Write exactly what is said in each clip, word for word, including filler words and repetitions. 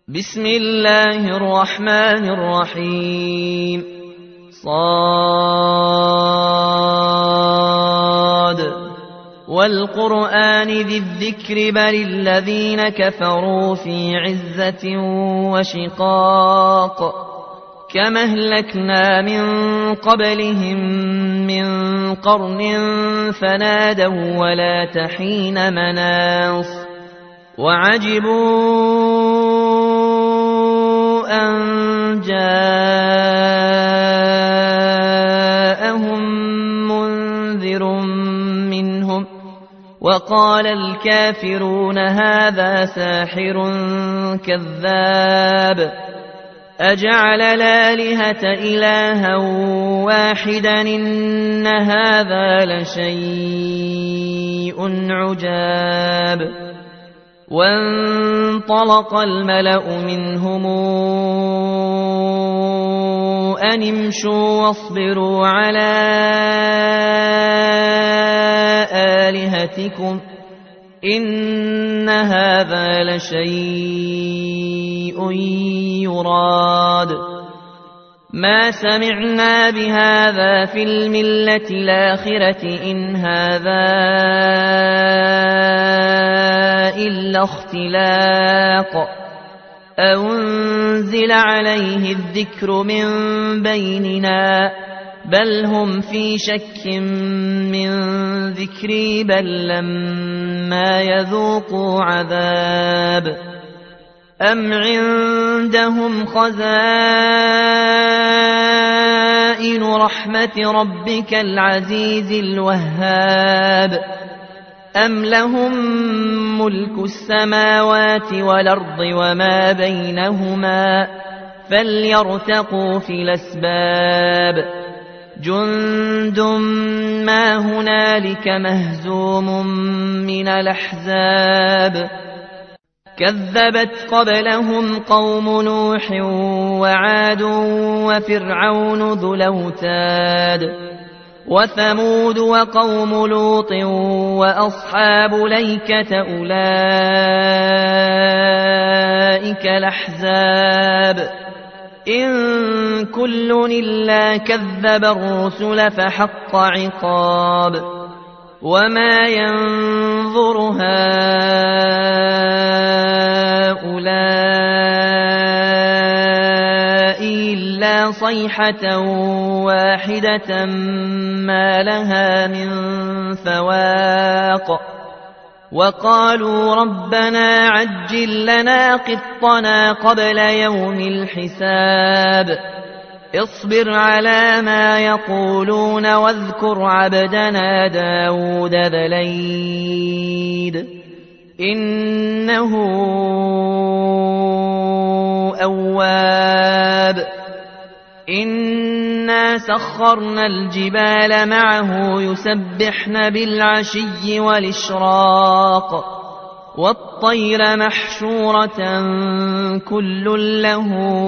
بسم الله الرحمن الرحيم. صاد والقرآن ذي الذكر بل الذين كفروا في عزة وشقاق كما أهلكنا من قبلهم من قرن فنادوا ولا تحين مناص وعجبوا أن جاءهم منذر منهم وقال الكافرون هذا ساحر كذاب أجعل الآلهة إلها واحدا إن هذا لشيء عجاب. وانطلق الملأ منهم أن امشوا واصبروا على آلهتكم إن هذا لشيء يراد ما سمعنا بهذا في الملة الآخرة إن هذا إلا اختلاق أنزل عليه الذكر من بيننا بل هم في شك من ذكري بل لما يذوقوا عذاب أم عندهم خزائن رحمة ربك العزيز الوهاب أم لهم ملك السماوات والأرض وما بينهما فليرتقوا في الأسباب جند ما هنالك مهزوم من الأحزاب كذبت قبلهم قوم نوح وعاد وفرعون ذو الأوتاد وثمود وقوم لوط وأصحاب ليكة أولئك الأحزاب إن كل إلا كذب الرسل فحق عقاب وما ينظر هؤلاء إلا صيحة واحدة ما لها من فواق وقالوا ربنا عجل لنا قطنا قبل يوم الحساب اصبر على ما يقولون واذكر عبدنا داود ذا الأيد إنه أواب إنا سخرنا الجبال معه يسبحن بالعشي والإشراق والطير محشورة كل له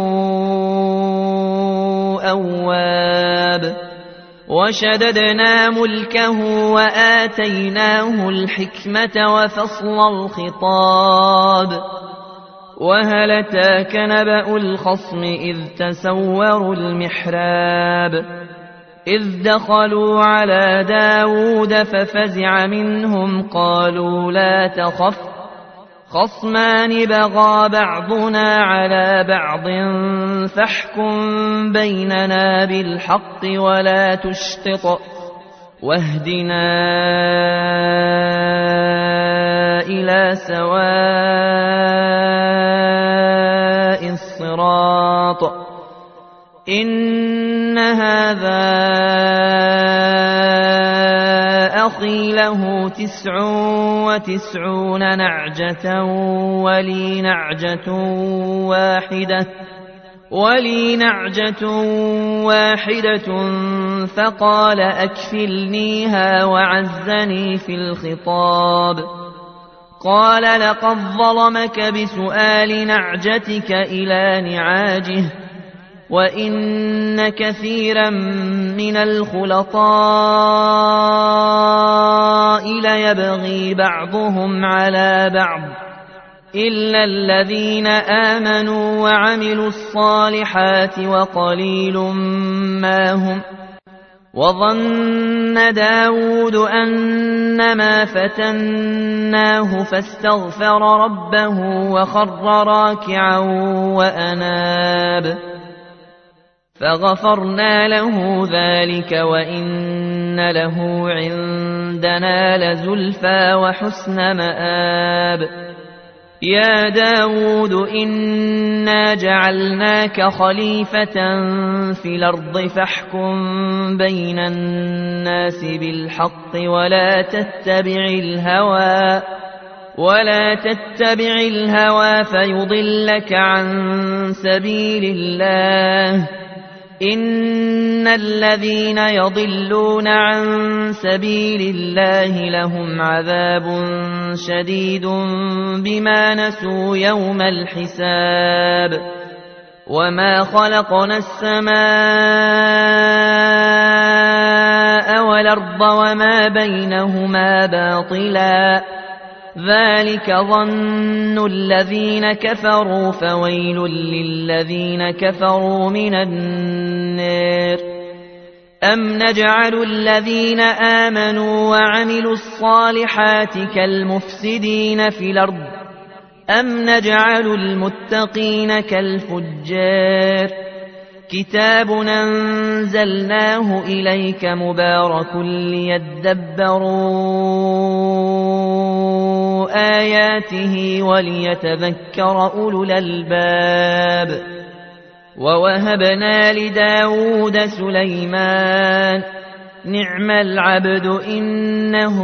أواب وشددنا ملكه وآتيناه الحكمة وفصل الخطاب وهل أتاك نبأ الخصم إذ تسوروا المحراب إذ دخلوا على داود ففزع منهم قالوا لا تخف خصمان بغى بعضنا على بعض فاحكم بيننا بالحق ولا تشطط واهدنا إلى سواء الصراط إن هذا أخي له تسع وتسعون نعجة ولي نعجة واحدة ولي نعجة واحدة فقال أكفلنيها وعزني في الخطاب قال لقد ظلمك بسؤال نعجتك إلى نعاجه وإن كثيرا من الخلطاء ليبغي بعضهم على بعض إلا الذين آمنوا وعملوا الصالحات وقليل ما هم. وظن داود أنما فتناه فاستغفر ربه وخر راكعا وأناب فغفرنا له ذلك وإن له عندنا لزلفى وحسن مآب. يا داود إنا جعلناك خليفة في الأرض فاحكم بين الناس بالحق ولا تتبع الهوى ولا تتبع الهوى فيضلك عن سبيل الله. إن الذين يضلون عن سبيل الله لهم عذاب شديد بما نسوا يوم الحساب. وما خلقنا السماء والأرض وما بينهما باطلا ذلك ظن الذين كفروا فويل للذين كفروا من النار. أم نجعل الذين آمنوا وعملوا الصالحات كالمفسدين في الأرض أم نجعل المتقين كالفجار. كتاب أنزلناه إليك مبارك ليدبروا آياته وليتذكر أولو الألباب. ووهبنا لداود سليمان نعم العبد إنه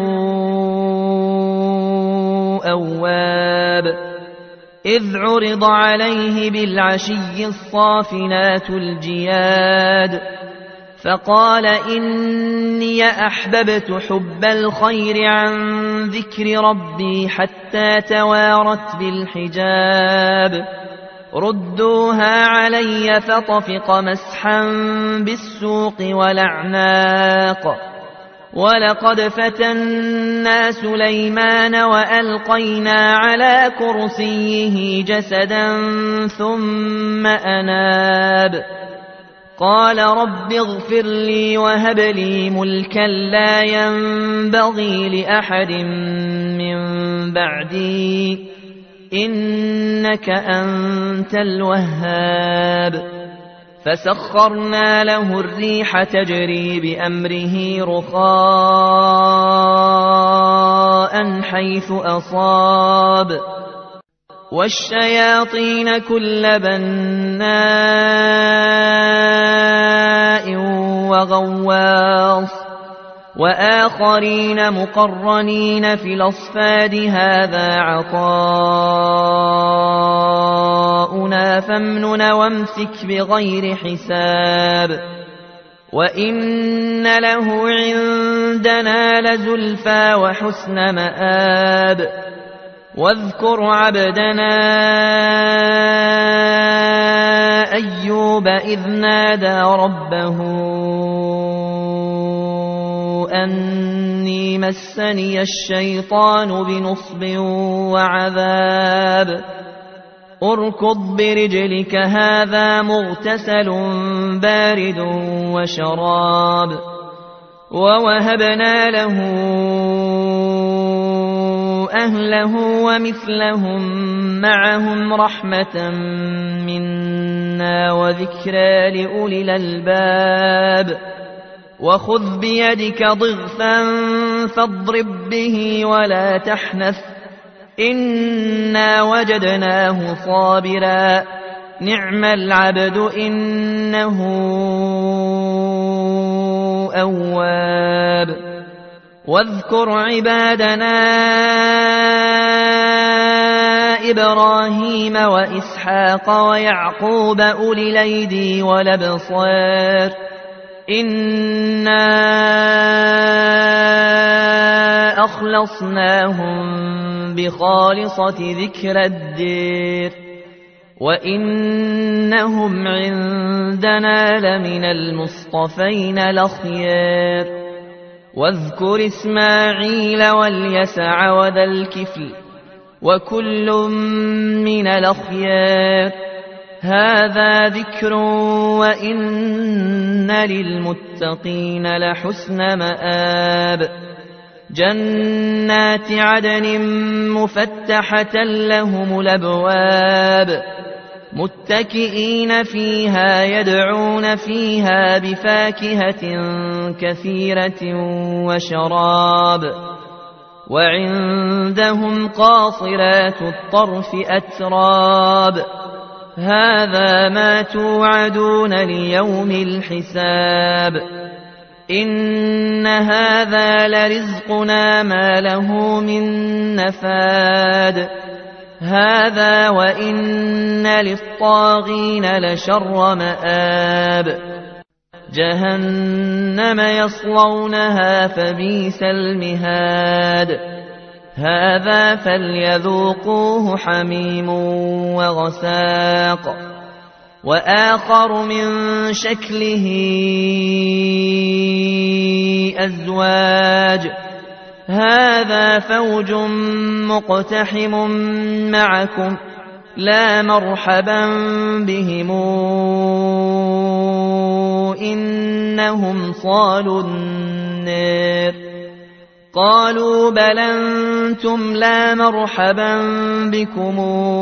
أواب. إذ عرض عليه بالعشي الصافنات الجياد فقال إني أحببت حب الخير عن ذكر ربي حتى توارت بالحجاب. ردوها علي فطفق مسحا بالسوق والأعناق. ولقد فتنا سليمان وألقينا على كرسيه جسدا ثم أناب قال رب اغفر لي وهب لي ملكا لا ينبغي لأحد من بعدي إنك أنت الوهاب. فسخرنا له الريح تجري بأمره رخاء حيث أصاب والشياطين كل بناء وغواص وآخرين مقرنين في الأصفاد هذا عطاؤنا فامنن وامسك بغير حساب. وإن له عندنا لزلفى وحسن مآب. واذكر عبدنا أيوب إذ نادى ربه أني مسني الشيطان بنصب وعذاب. اركض برجلك هذا مغتسل بارد وشراب. ووهبنا له أهله ومثلهم معهم رحمة منا وذكرى لأولي الألباب. وخذ بيدك ضغثا فاضرب به ولا تحنث إنا وجدناه صابرا نعم العبد إنه أواب. واذكر عبادنا إبراهيم وإسحاق ويعقوب أولي الأيدي والأبصار إنا أخلصناهم بخالصة ذكر الدير وإنهم عندنا لمن المصطفين الأخيار. واذكر إسماعيل واليسع وذا الكفل وكل من الأخيار. هذا ذكر وإن للمتقين لحسن مآب. جنات عدن مفتحة لهم الأبواب متكئين فيها يدعون فيها بفاكهة كثيرة وشراب. وعندهم قاصرات الطرف أتراب. هذا ما توعدون ليوم الحساب. إن هذا لرزقنا ما له من نفاد. هذا وإن للطاغين لشر مآب. جهنم يصلونها فبئس المهاد. هذا فليذوقوه حميم وغساق. وآخر من شكله أزواج. هذا فوج مقتحم معكم لا مرحبا بهم إنهم صالوا النار. قالوا بل أنتم لا مرحبا بكم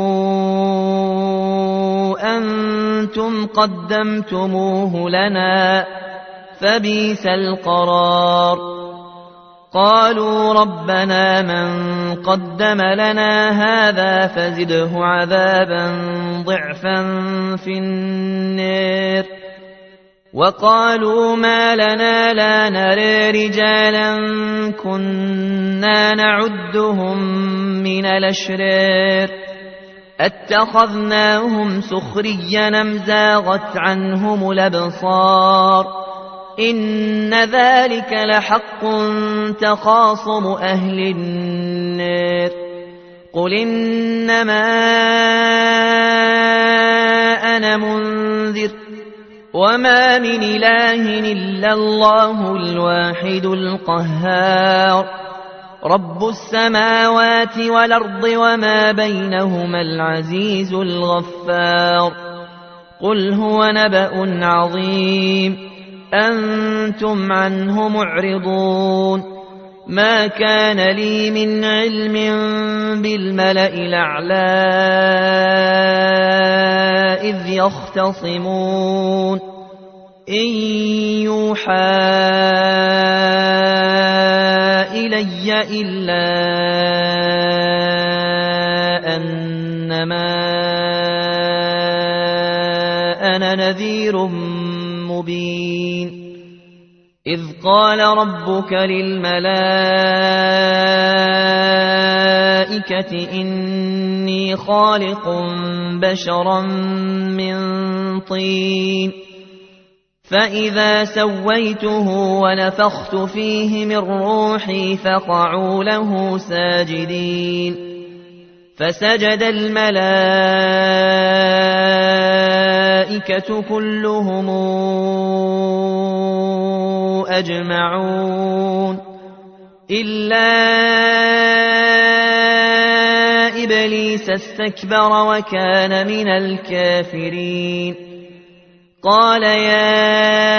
أنتم قدمتموه لنا فبئس القرار. قالوا ربنا من قدم لنا هذا فزده عذابا ضعفا في النار. وقالوا ما لنا لا نرى رجالا كنا نعدهم من الأشرار اتخذناهم سخريا أم زاغت عنهم الأبصار. إن ذلك لحق تخاصم أهل النار. قل إنما أنا منذر وما من إله إلا الله الواحد القهار. رب السماوات والأرض وما بينهما العزيز الغفار. قل هو نبأ عظيم أنتم عنه معرضون. ما كان لي من علم بالملأ الأعلى إذ يختصمون. إن يوحى إلي إلا أنما أنا نذير مبين. إذ قال ربك للملائكة إني خالق بشرا من طين فإذا سويته ونفخت فيه من روحي فقعوا له ساجدين. فسجد الملائكة كلهم أجمعون إلا إبليس استكبر وكان من الكافرين. قال يا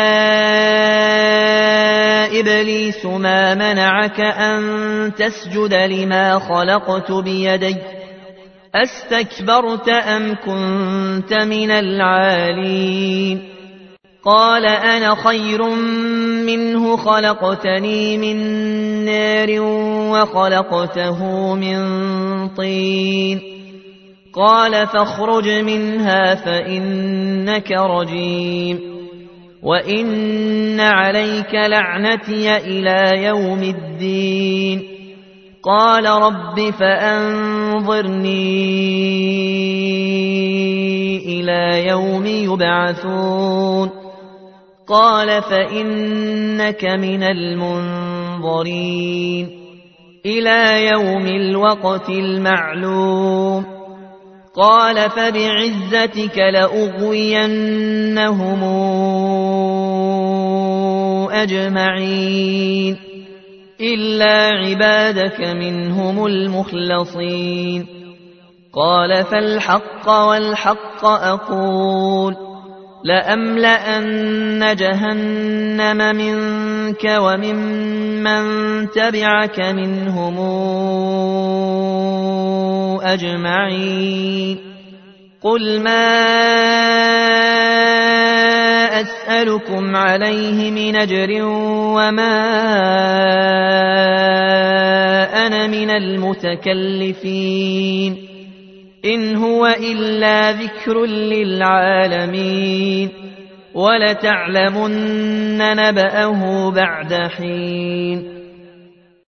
إبليس ما منعك أن تسجد لما خلقت بيدي أستكبرت أم كنت من العالين؟ قال أنا خير منه خلقتني من نار وخلقته من طين. قال فاخرج منها فإنك رجيم وإن عليك لعنتي إلى يوم الدين. قال رب فأنظرني إلى يوم يبعثون. قال فإنك من المنظرين إلى يوم الوقت المعلوم. قال فبعزتك لأغوينهم أجمعين إلا عبادك منهم المخلصين قال فالحق والحق أقول لأملأن جهنم منك وممن تبعك منهم أجمعين قل ما أسألكم عليه من أجر وما أنا من المتكلفين إن هو إلا ذكر للعالمين ولتعلمن نبأه بعد حين